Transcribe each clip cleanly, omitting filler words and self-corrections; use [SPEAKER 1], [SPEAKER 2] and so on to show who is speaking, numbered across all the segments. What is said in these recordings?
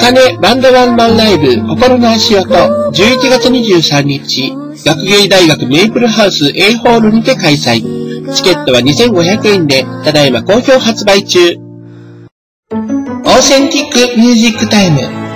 [SPEAKER 1] 茜バンドワンマンライブ心の足音11月23日学芸大学メイプルハウス A ホールにて開催。チケットは2500円でただいま好評発売中。オーセンティックミュージックタイム。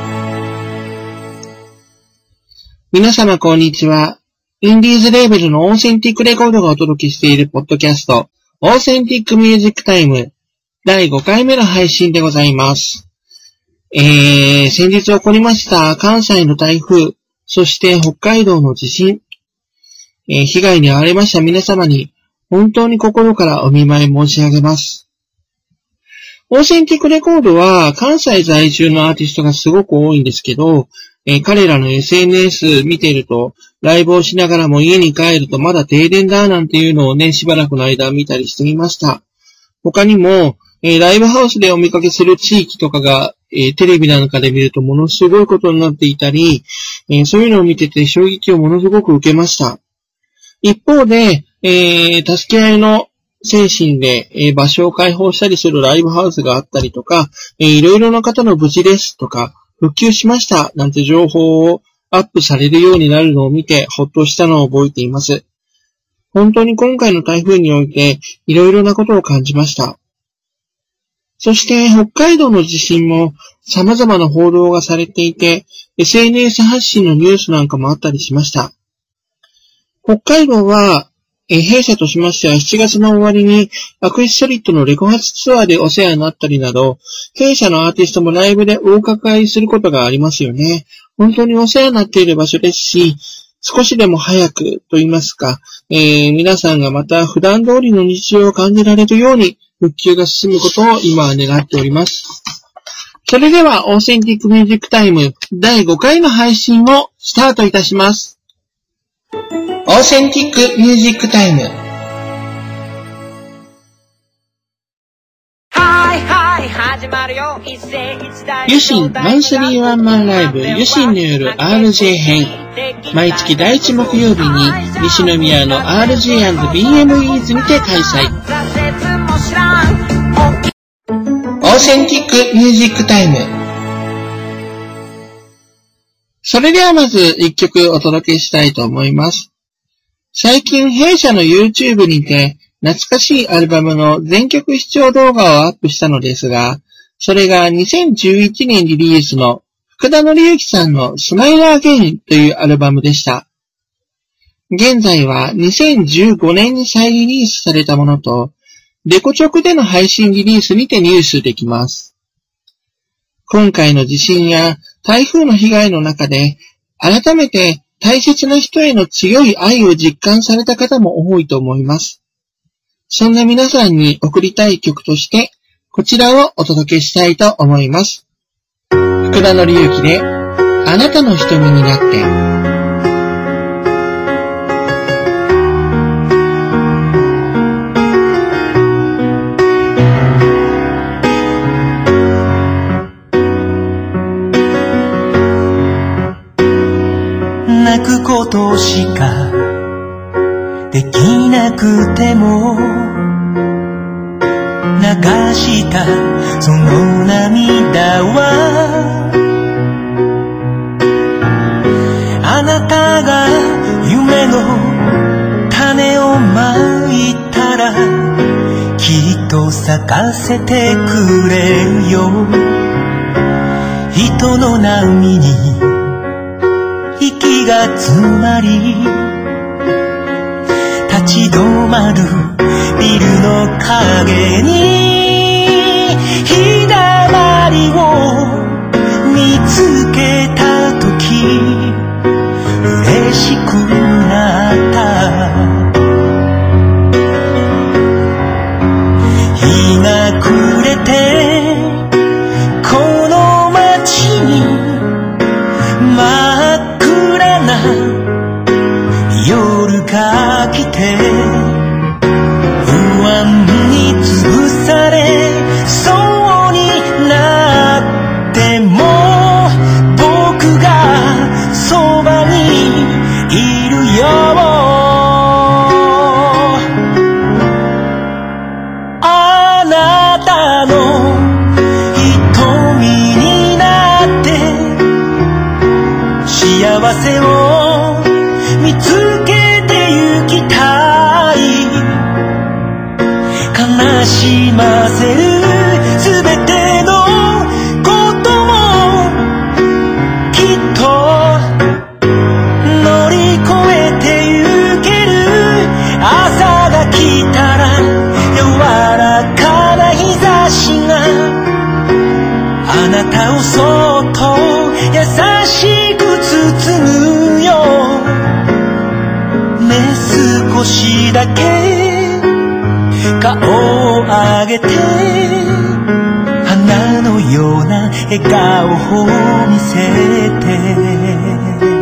[SPEAKER 1] 皆様こんにちは。インディーズレーベルのオーセンティックレコードがお届けしているポッドキャストオーセンティックミュージックタイム第5回目の配信でございます。先日起こりました関西の台風、そして北海道の地震、被害に遭われました皆様に本当に心からお見舞い申し上げます。オーセンティックレコードは関西在住のアーティストがすごく多いんですけど、彼らの SNS 見ていると、ライブをしながらも家に帰るとまだ停電だなんていうのをね、しばらくの間見たりしてみました。他にも、ライブハウスでお見かけする地域とかが、テレビなんかで見るとものすごいことになっていたり、そういうのを見てて衝撃をものすごく受けました。一方で、助け合いの精神で、場所を開放したりするライブハウスがあったりとか、いろいろな方の無事ですとか、復旧しましたなんて情報をアップされるようになるのを見てほっとしたのを覚えています。本当に今回の台風においていろいろなことを感じました。そして北海道の地震も様々な報道がされていて SNS 発信のニュースなんかもあったりしました。北海道は弊社としましては7月の終わりにアクエストリットのレコ発ツアーでお世話になったりなど、弊社のアーティストもライブでお伺いすることがありますよね。本当にお世話になっている場所ですし、少しでも早くと言いますか、皆さんがまた普段通りの日常を感じられるように復旧が進むことを今は願っております。それではオーセンティックミュージックタイム第5回の配信をスタートいたします。オーセンティックミュージックタイム。ユシンマンスリーワンマンライブユシンによる RJ 編。毎月第1木曜日に西宮の RJ&BMEs にて開催。オーセンティックミュージックタイム。それではまず1曲お届けしたいと思います。最近弊社の YouTube にて懐かしいアルバムの全曲視聴動画をアップしたのですが、それが2011年リリースの福田紀之さんのスマイルアゲインというアルバムでした。現在は2015年に再リリースされたものと、レコチョクでの配信リリースにて入手できます。今回の地震や台風の被害の中で、改めて大切な人への強い愛を実感された方も多いと思います。そんな皆さんに送りたい曲として、こちらをお届けしたいと思います。福田紀之で、あなたの瞳になって。
[SPEAKER 2] 泣くことしかできなくても流したその涙はあなたが夢の種をまいたらきっと咲かせてくれるよ。人の波に息が詰まり立ち止まるビルの影に日だまりを見つけたとき嬉しくなった。日が暮れてこの街に真っ暗な夜が来て不安に潰されせを見つけてゆきたい悲しませるすべてのこともきっと乗り越えてゆける朝が来たら柔らかな日差しがあなたをそっと優しく包むよね少しだけ顔を上げて花のような笑顔を見せて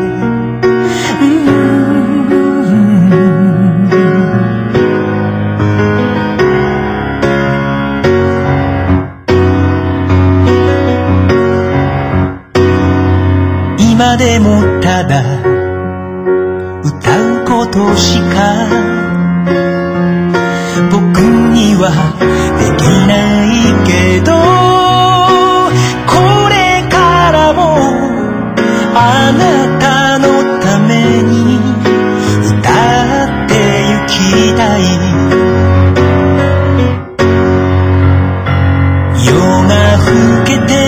[SPEAKER 2] 今でもただ歌うことしか僕にはできないけどこれからもあなたのために歌ってゆきたい夜が更けて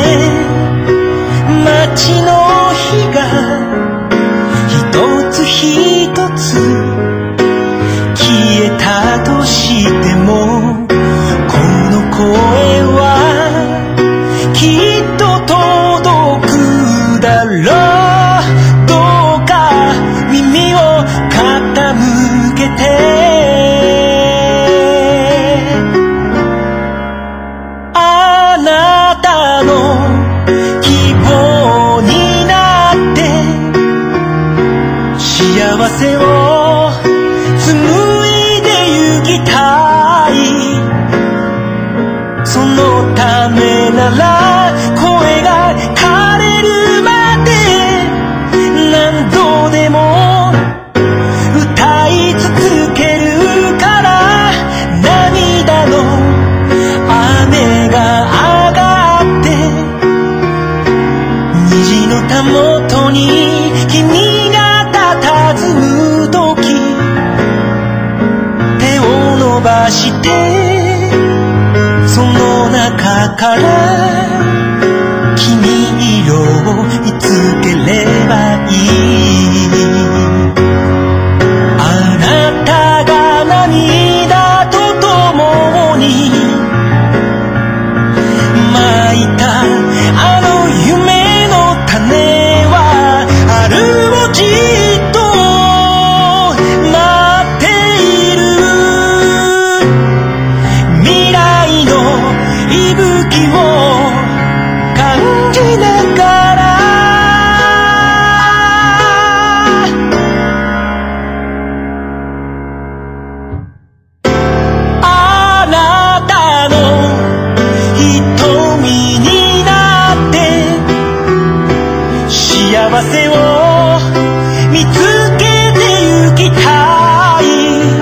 [SPEAKER 2] 街の日が一つ一つ消えたとしてもこの声はきっと届くだろうどうか耳を傾けてあなたの希望になって幸せを紡いでゆきたいそのためなら声が枯れるまで何度でも歌い続けるから涙の雨が上がって虹のたもとに君が佇む時手を伸ばしてその中から君色を見つければいいあなたが涙とともにまいたあの夢の種は春をじっと待っている未来の息吹を感じながらあなたの瞳になって幸せを見つけてゆきたい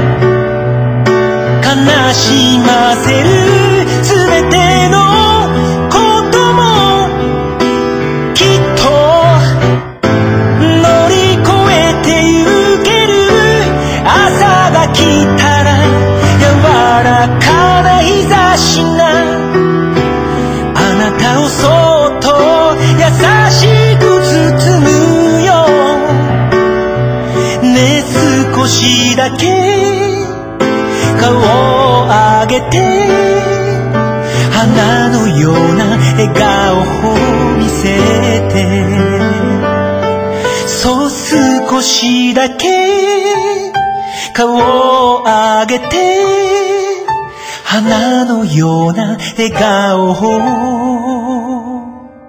[SPEAKER 2] 悲しませるすべてのこともきっと乗り越えてゆける朝が来たら柔らかな日差しがあなたをそっと優しく包むよね少しだけ顔を上げて花のような笑顔を見せてそう少しだけ顔を上げて花のような笑顔を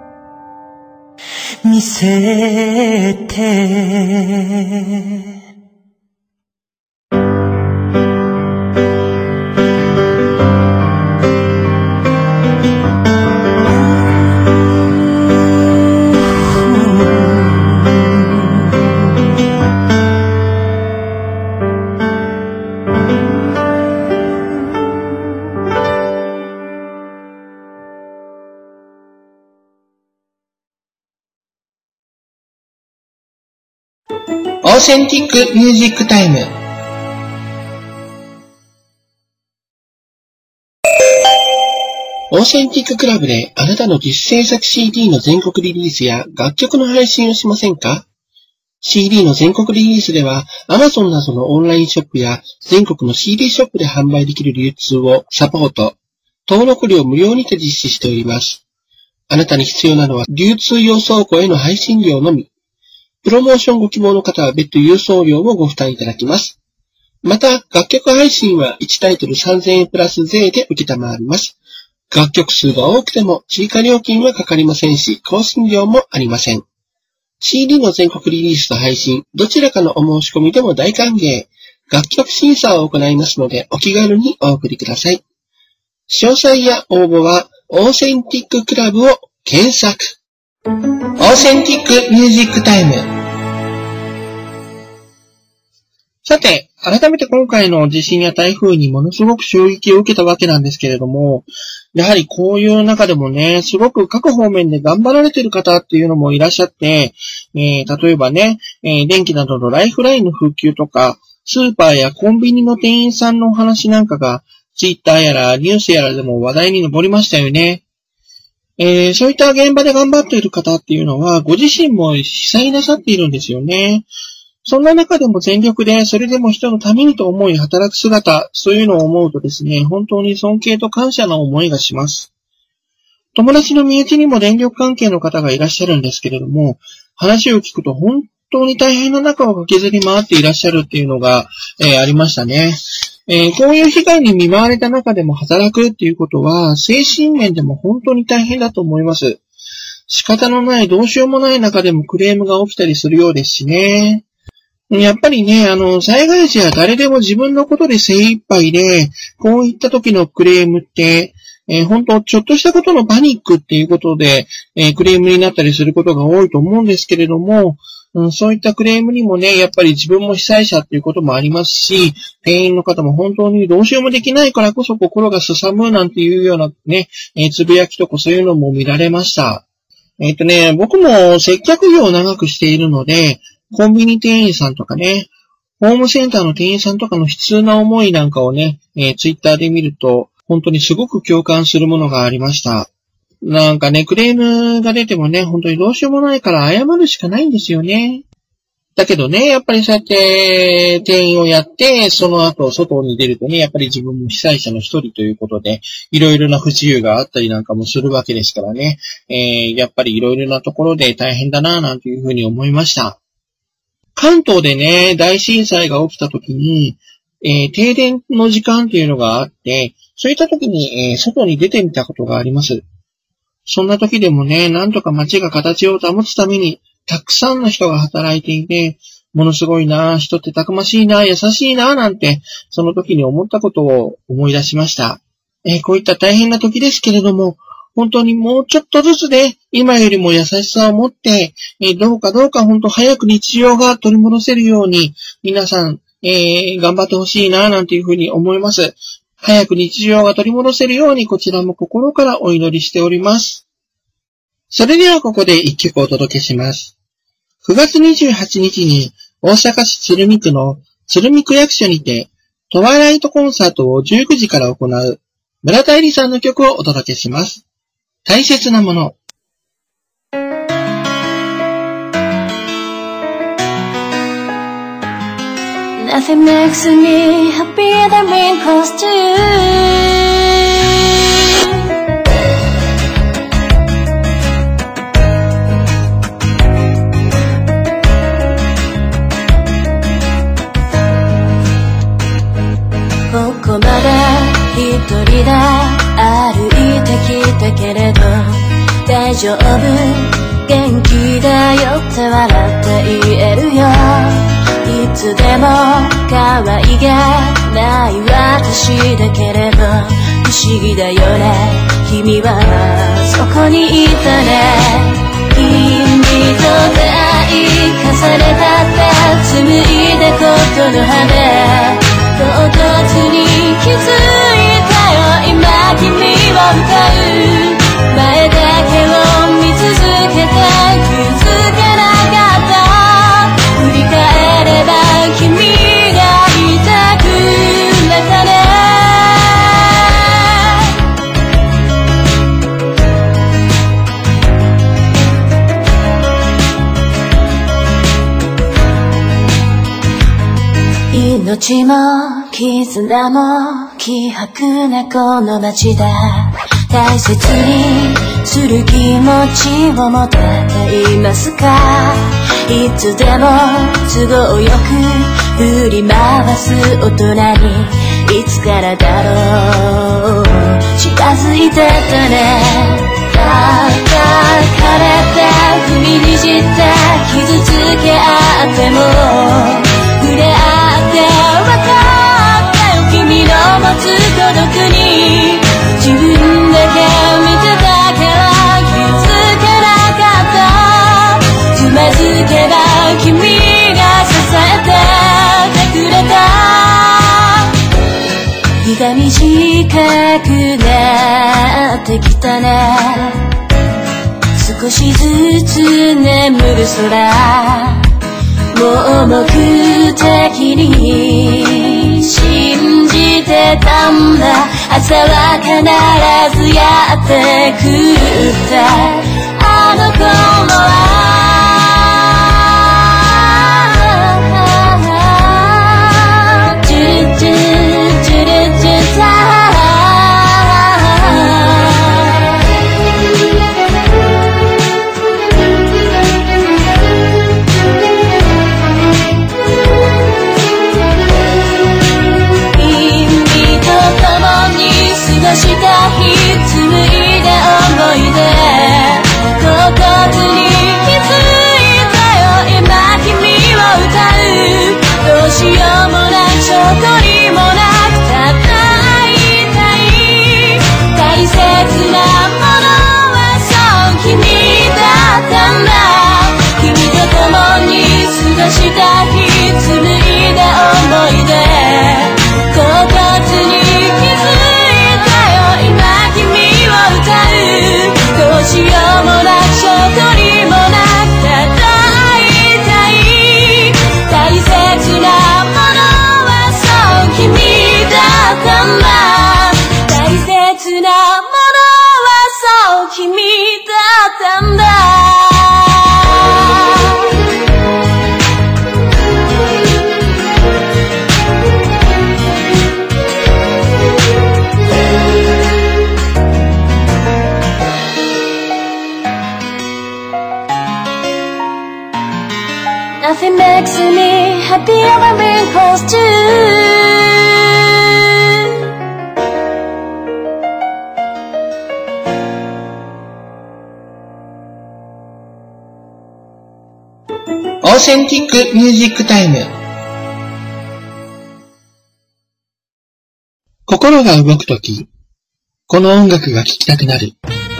[SPEAKER 2] 見せて
[SPEAKER 1] オーセンティックミュージックタイム。オーセンティッククラブであなたの自主制作 CD の全国リリースや楽曲の配信をしませんか？ CD の全国リリースでは Amazon などのオンラインショップや全国の CD ショップで販売できる流通をサポート。登録料無料にて実施しております。あなたに必要なのは流通用倉庫への配信料のみ。プロモーションご希望の方は別途郵送料をご負担いただきます。また、楽曲配信は1タイトル3000円プラス税で受けたまわります。楽曲数が多くても追加料金はかかりませんし、更新料もありません。CD の全国リリースと配信、どちらかのお申し込みでも大歓迎。楽曲審査を行いますので、お気軽にお送りください。詳細や応募は、オーセンティッククラブを検索。オーセンティックミュージックタイム。さて、改めて今回の地震や台風にものすごく衝撃を受けたわけなんですけれども、やはりこういう中でもね、すごく各方面で頑張られている方っていうのもいらっしゃって、例えばね、電気などのライフラインの復旧とか、スーパーやコンビニの店員さんのお話なんかが、ツイッターやらニュースやらでも話題に上りましたよね。そういった現場で頑張っている方っていうのは、ご自身も被災なさっているんですよね。そんな中でも全力で、それでも人のためにと思い働く姿、そういうのを思うとですね、本当に尊敬と感謝の思いがします。友達の身内にも電力関係の方がいらっしゃるんですけれども、話を聞くと本当に大変な中を駆けずり回っていらっしゃるっていうのが、ありましたね。こういう被害に見舞われた中でも働くっていうことは、精神面でも本当に大変だと思います。仕方のない、どうしようもない中でもクレームが起きたりするようですしね。やっぱりね、災害時は誰でも自分のことで精一杯で、こういった時のクレームって、本当、ちょっとしたことのパニックっていうことで、クレームになったりすることが多いと思うんですけれども、そういったクレームにもね、やっぱり自分も被災者っていうこともありますし、店員の方も本当にどうしようもできないからこそ心がすさむなんていうようなね、つぶやきとかそういうのも見られました。僕も接客業を長くしているので、コンビニ店員さんとかね、ホームセンターの店員さんとかの悲痛な思いなんかをね、ツイッターで見ると、本当にすごく共感するものがありました。なんかね、クレームが出てもね、本当にどうしようもないから謝るしかないんですよね。だけどね、やっぱりそうやって店員をやって、その後外に出るとね、やっぱり自分も被災者の一人ということで、いろいろな不自由があったりなんかもするわけですからね、やっぱりいろいろなところで大変だなぁなんていうふうに思いました。関東でね、大震災が起きた時に、停電の時間っていうのがあって、そういった時に、外に出てみたことがあります。そんな時でもね、なんとか街が形を保つために、たくさんの人が働いていて、ものすごいな、人ってたくましいな、優しいな、なんて、その時に思ったことを思い出しました。こういった大変な時ですけれども、本当にもうちょっとずつで、今よりも優しさを持って、どうか本当早く日常が取り戻せるように、皆さん、頑張ってほしいな、なんていうふうに思います。早く日常が取り戻せるように、こちらも心からお祈りしております。それではここで一曲お届けします。9月28日に大阪市鶴見区の鶴見区役所にてトワイライトコンサートを19時から行う村田絵里さんの曲をお届けします。大切なもの。
[SPEAKER 3] Nothing makes me happier than being close to you.ここまで一人で歩いてきたけれど大丈夫元気だよって笑って言えるよいつでも可愛げない私だけれど不思議だよね君はそこにいたね君と出会い重ねたって紡いだことの葉で唐突に気づいたよ今君を歌う前だけを見続けて気づけなかった振り返命も絆も希薄なこの街だ。大切にする気持ちを持てていますか？いつでも都合よく振り回す大人にいつからだろう近づいてたね。叩かれて踏みにじって傷つけ合っても触れ合って分かったよ君の持つ孤独に自分だけ見てたから気づけなかったつまずけば君が支えてくれた日が短くなってきたね。少しずつ眠る空もう目的に信じてたんだ。朝は必ずやってくるってあの頃はした日紡いだ思い出ここに気づいたよ今君を歌うどうしようもなく証拠にもなくただ会いたい大切なものはそう君だったんだ君と共に過ごした日紡いだ思い出ここにどうしようもなく証拠にもなくただ会いたい大切なものはそう君だったんだ大切なものはそう君だったんだNothing makes me happier than being close to you
[SPEAKER 1] オーセンティックミュージックタイム。心が動くとき、この音楽が聴きたくなる。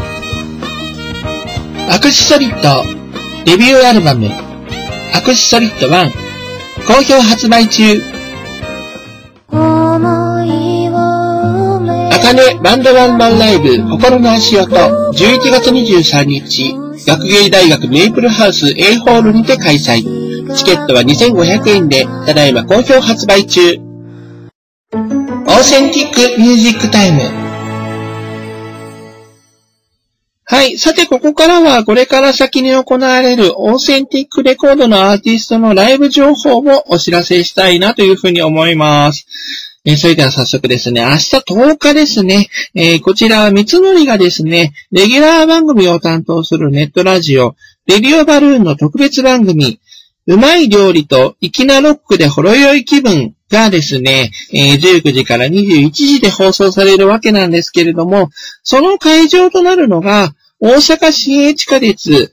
[SPEAKER 1] アクシソリッドデビューアルバムアクシソリッド1好評発売中。あかねバンドワンマンライブ心の足音11月23日学芸大学メイプルハウス A ホールにて開催。チケットは2500円でただいま好評発売中。オーセンティックミュージックタイム。はい。さて、ここからは、これから先に行われるオーセンティックレコードのアーティストのライブ情報をお知らせしたいなというふうに思います。それでは早速ですね、明日10日ですね、こちらは三つのりがですね、レギュラー番組を担当するネットラジオ、レディオバルーンの特別番組、うまい料理と粋なロックでほろ酔い気分がですね、19時から21時で放送されるわけなんですけれども、その会場となるのが、大阪市営地下鉄、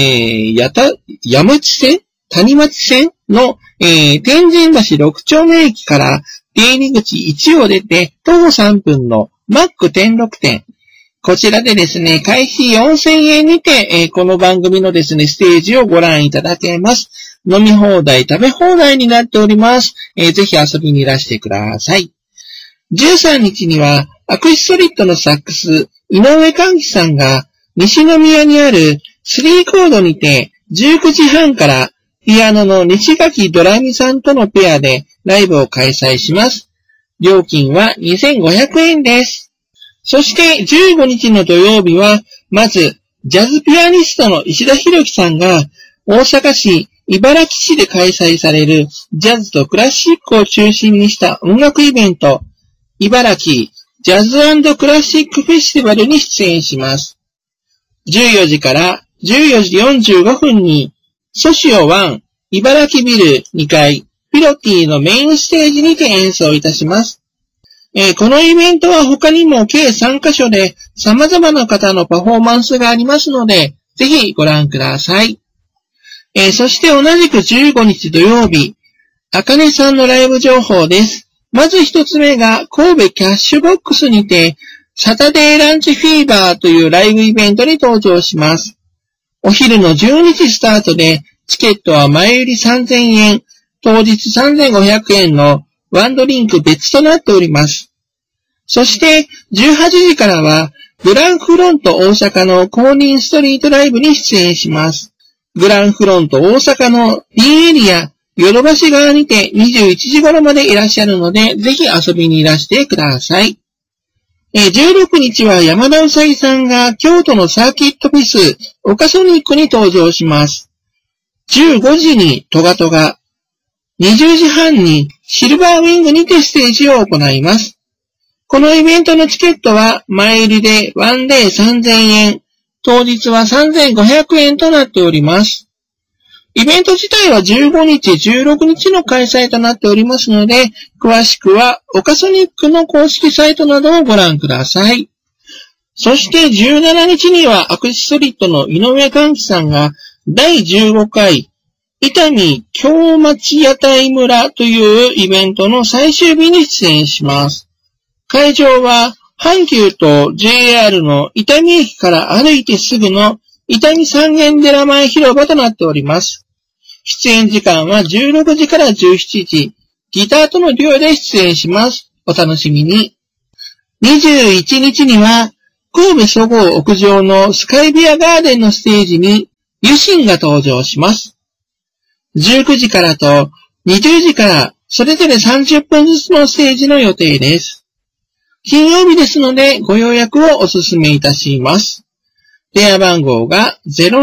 [SPEAKER 1] 谷町線の、天神橋6丁目駅から出入り口1を出て、徒歩3分のマック天禄店。こちらでですね、会費4000円にて、この番組のですね、ステージをご覧いただけます。飲み放題、食べ放題になっております。ぜひ遊びにいらしてください。13日には、アクシソリッドのサックス、井上寛樹さんが、西宮にある3コードにて、19時半から、ピアノの西垣ドラミさんとのペアでライブを開催します。料金は2500円です。そして15日の土曜日は、まず、ジャズピアニストの石田博樹さんが、大阪市茨城市で開催されるジャズとクラシックを中心にした音楽イベント、茨城ジャズ&クラシックフェスティバルに出演します。14時から14時45分に、ソシオ1茨城ビル2階ピロティのメインステージにて演奏いたします。このイベントは他にも計3カ所で様々な方のパフォーマンスがありますので、ぜひご覧ください。そして同じく15日土曜日、あかねさんのライブ情報です。まず一つ目が神戸キャッシュボックスにて、サタデーランチフィーバーというライブイベントに登場します。お昼の12時スタートで、チケットは前売り3000円、当日3500円のワンドリンク別となっております。そして18時からはグランフロント大阪の公認ストリートライブに出演します。グランフロント大阪の D エリア、ヨドバシ側にて21時頃までいらっしゃるので、ぜひ遊びにいらしてください。16日は山田うさぎさんが京都のサーキットフェスオカソニックに登場します。15時にトガトガ、20時半にシルバーウィングにてステージを行います。このイベントのチケットは前売りでワンデー3000円、当日は3500円となっております。イベント自体は15日、16日の開催となっておりますので、詳しくはオカソニックの公式サイトなどをご覧ください。そして17日にはアクシスリットの井上寛樹さんが第15回伊丹京町屋台村というイベントの最終日に出演します。会場は阪急と JR の伊丹駅から歩いてすぐの伊丹三軒寺前広場となっております。出演時間は16時から17時、ギターとのデュオで出演します。お楽しみに。21日には神戸そごう屋上のスカイビアガーデンのステージにユシンが登場します。19時からと20時からそれぞれ30分ずつのステージの予定です。金曜日ですのでご予約をお勧めいたします。電話番号が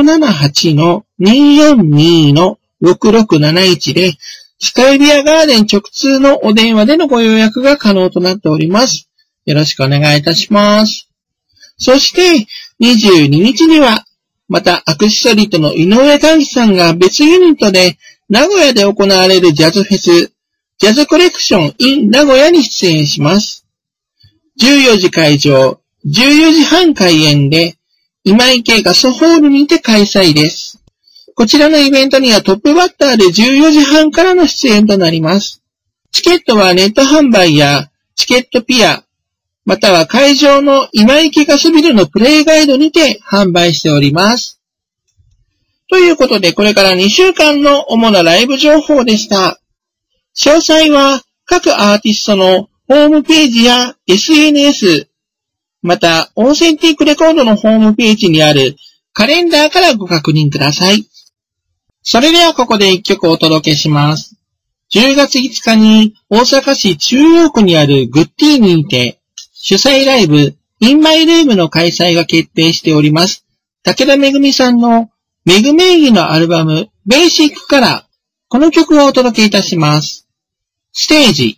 [SPEAKER 1] 078-242-6671 で、スカイビアガーデン直通のお電話でのご予約が可能となっております。よろしくお願いいたします。そして22日には、またアクシスリットの井上寛樹さんが別ユニットで名古屋で行われるジャズフェス、ジャズコレクション in 名古屋に出演します。14時会場、14時半開演で、今池ガスホールにて開催です。こちらのイベントにはトップバッターで14時半からの出演となります。チケットはネット販売やチケットピア、または会場の今池ガスビルのプレイガイドにて販売しております。ということで、これから2週間の主なライブ情報でした。詳細は各アーティストのホームページや SNS、また、オーセンティックレコードのホームページにあるカレンダーからご確認ください。それではここで1曲お届けします。10月5日に大阪市中央区にあるグッティーにて主催ライブ In My Room の開催が決定しております。武田めぐみさんのめぐめいぎのアルバムベーシックからこの曲をお届けいたします。ステージ。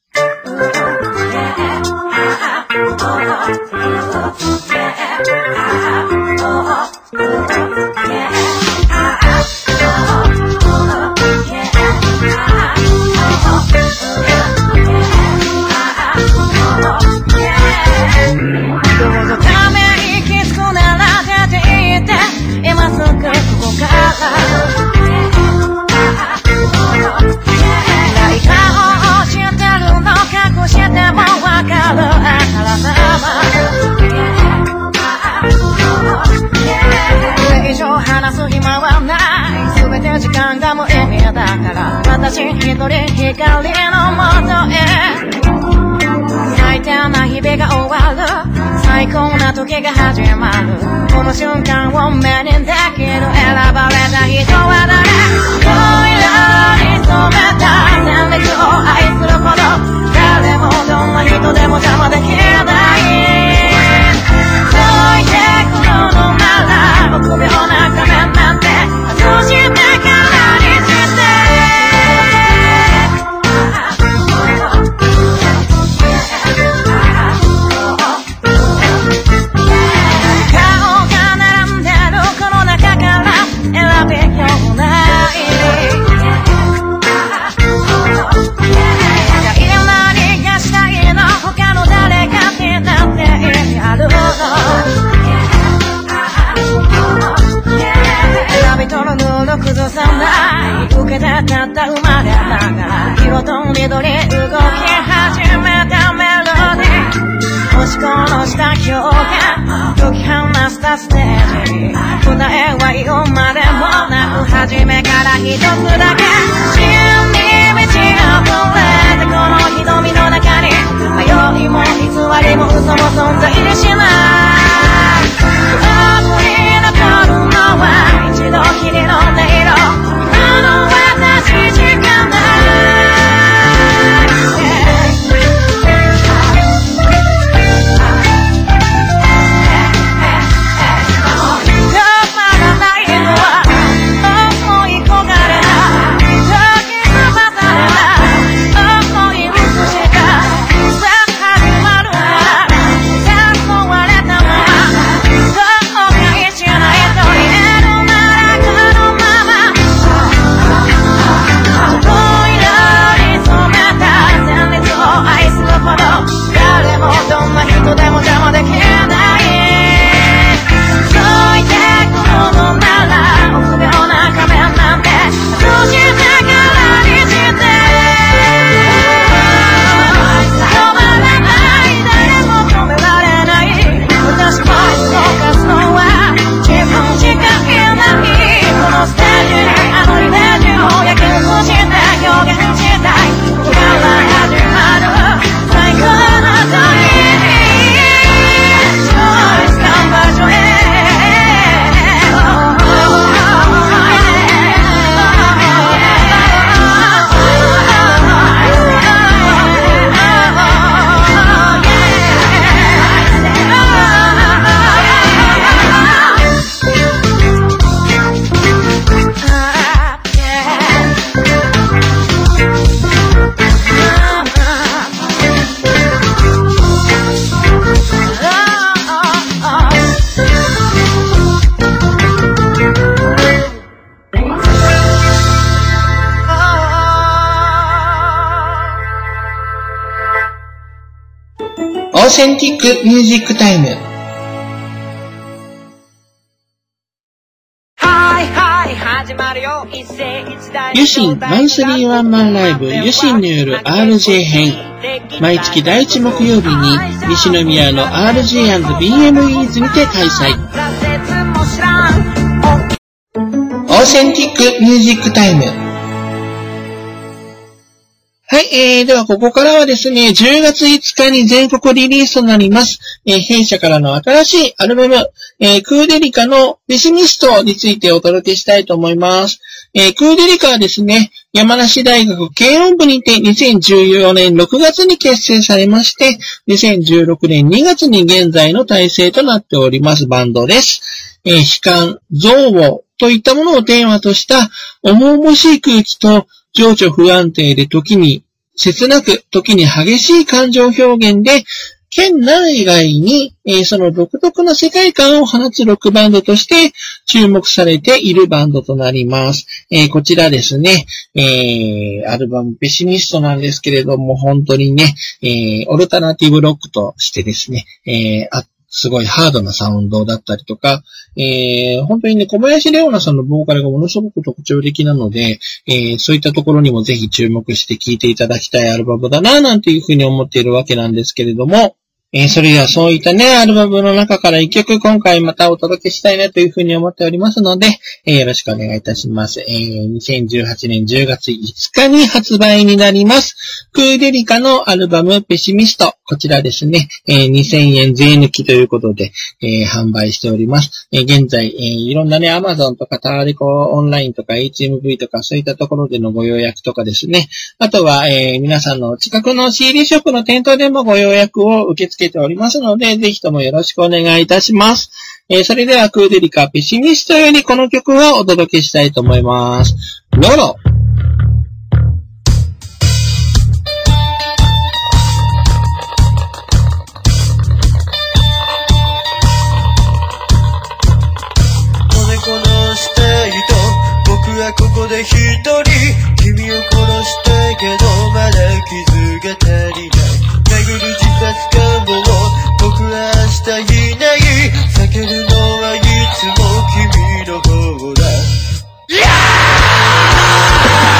[SPEAKER 4] 時間が無意味だから私一人光のもとへ最低な日々が終わる最高な時が始まるこの瞬間を目にできる選ばれた人は誰恋色に染めた旋律を愛するほど誰もどんな人でも邪魔できない解いてくるのなら臆病な仮面なんて外してからにけてたった生まれたから色と緑動き始めたメロディー押し殺した表現解き放したステージに答えは言うまでもなく初めから一つだけ真に満ち溢れてこの瞳の中に迷いも偽りも嘘も存在しない記憶に残るのは一度きりの音色今の私しかない誰もどんな人でも邪魔できない解いてくものなら臆病な仮面なんて閉じてからにして止まらない誰も止められない私も動かすのは自分しかいないこのステージにあのイメージを焼き尽くして表現したいここから始まる最高の
[SPEAKER 1] オーセンティックミュージックタイム。ユシンマンスリーワンマンライブユシンによる RJ 編。毎月第1木曜日に西宮の RJ&BMEs にて開催。オーセンティックミュージックタイム。はい、ではここからはですね、10月5日に全国リリースとなります、弊社からの新しいアルバム、クーデリカのペシミストについてお届けしたいと思います。クーデリカはですね、山梨大学軽音部にて2014年6月に結成されまして、2016年2月に現在の体制となっておりますバンドです。悲観、憎悪といったものをテーマとした重々しい空気と情緒不安定で時に切なく、時に激しい感情表現で、県内外に、その独特な世界観を放つロックバンドとして注目されているバンドとなります。こちらですね、アルバムペシミストなんですけれども、本当にね、オルタナティブロックとしてですね、すごいハードなサウンドだったりとか、本当にね、小林レオナさんのボーカルがものすごく特徴的なので、そういったところにもぜひ注目して聴いていただきたいアルバムだな、なんていうふうに思っているわけなんですけれども、それではそういったね、アルバムの中から一曲今回またお届けしたいなというふうに思っておりますので、よろしくお願いいたします。2018年10月5日に発売になります。クーデリカのアルバムペシミスト。こちらですね、2000円税抜きということで、販売しております。現在、いろんなね、Amazon とかタワレコオンラインとか HMV とかそういったところでのご予約とかですね。あとは、皆さんの近くの CD ショップの店頭でもご予約を受け付けておりますので、ぜひともよろしくお願いいたします。それではクーデリカペシミストよりこの曲をお届けしたいと思います。ロロ。
[SPEAKER 2] ここで一人君を殺したけどまだ傷が足りない巡る自殺願望僕は明日いない避けるのはいつも君の方だ、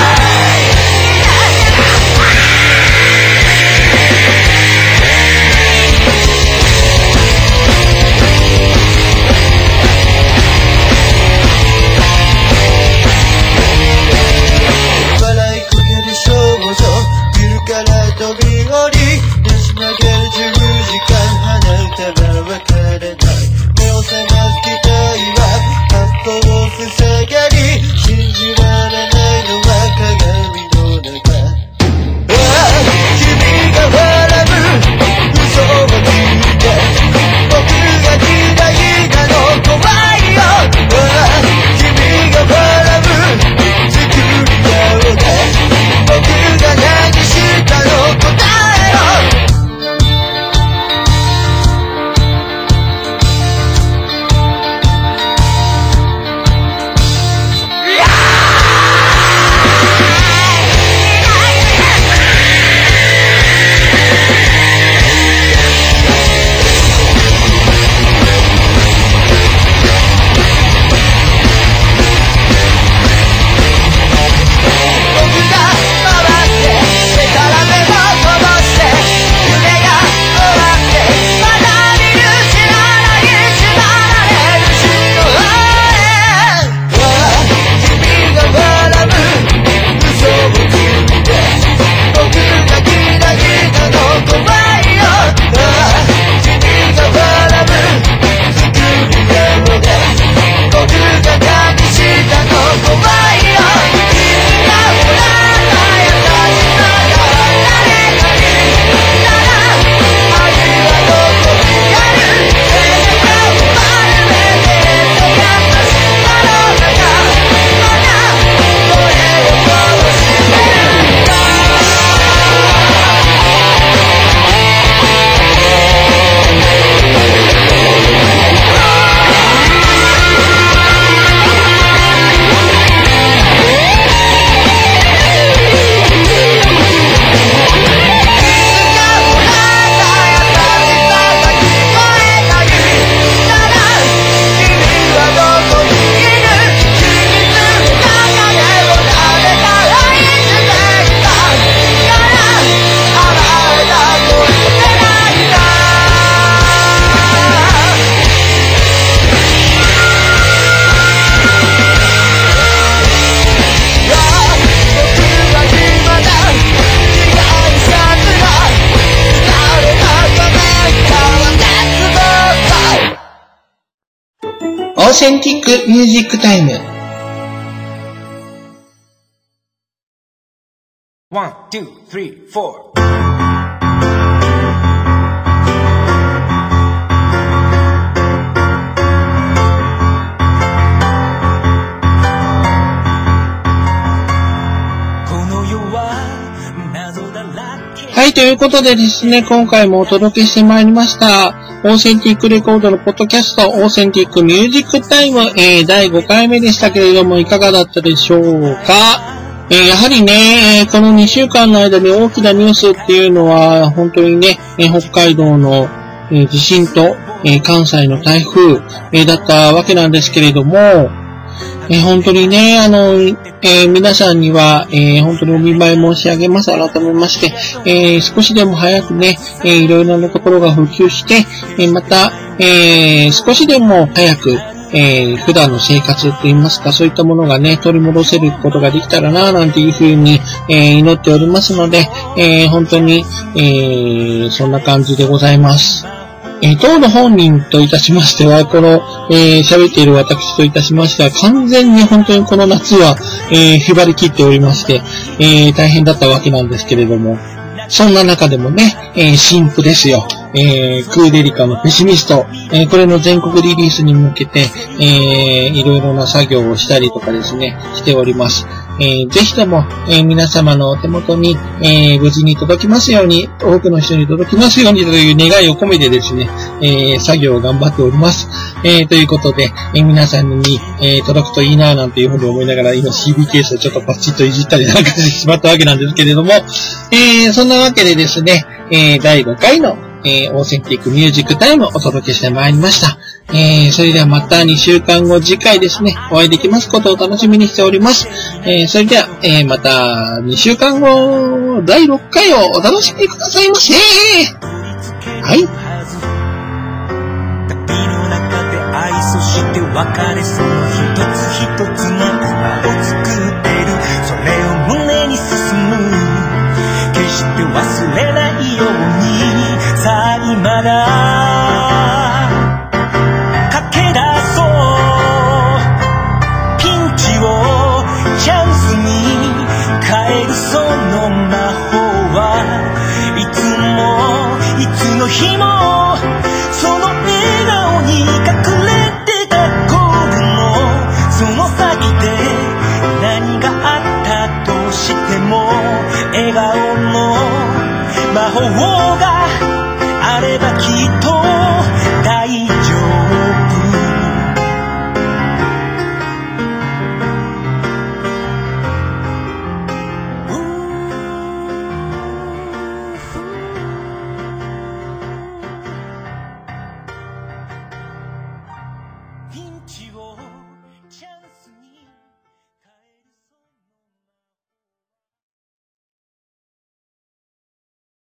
[SPEAKER 1] ーセンティックミュージックタイム。
[SPEAKER 2] 1、2、3、4。
[SPEAKER 1] はい、ということでですね、今回もお届けしてまいりました、オーセンティックレコードのポッドキャスト、オーセンティックミュージックタイム、第5回目でしたけれども、いかがだったでしょうか。やはりね、この2週間の間に大きなニュースっていうのは、本当にね、北海道の地震と、関西の台風、だったわけなんですけれども、本当にね、皆さんには、本当にお見舞い申し上げます。改めまして、少しでも早くね、いろいろなところが復旧して、また、少しでも早く、普段の生活といいますか、そういったものがね、取り戻せることができたらな、なんていうふうに、祈っておりますので、本当に、そんな感じでございます。当の本人といたしましては、この、喋っている私といたしましては、完全に本当にこの夏は、縛り切っておりまして、大変だったわけなんですけれども、そんな中でもね、新譜ですよ。クーデリカのペシミスト、これの全国リリースに向けて、いろいろな作業をしたりとかですね、しております。ぜひとも、皆様のお手元に、無事に届きますように、多くの人に届きますようにという願いを込めてですね、作業を頑張っております。ということで、皆さんに、届くといいなぁなんていうふうに思いながら、今 CB ケースをちょっとパチッといじったりなんかしてしまったわけなんですけれども、そんなわけでですね、第5回のオーセンティックミュージックタイムをお届けしてまいりました。それではまた2週間後次回ですね、お会いできますことを楽しみにしております。それでは、また2週間後、第6回をお楽しみくださいませ。はい。
[SPEAKER 2] 愛そして別れその一つ一つの今を作ってる、それを胸に進む、決して忘れないように、さあ今だ駆け出そう、ピンチをチャンスに変えるその魔法はいつの日も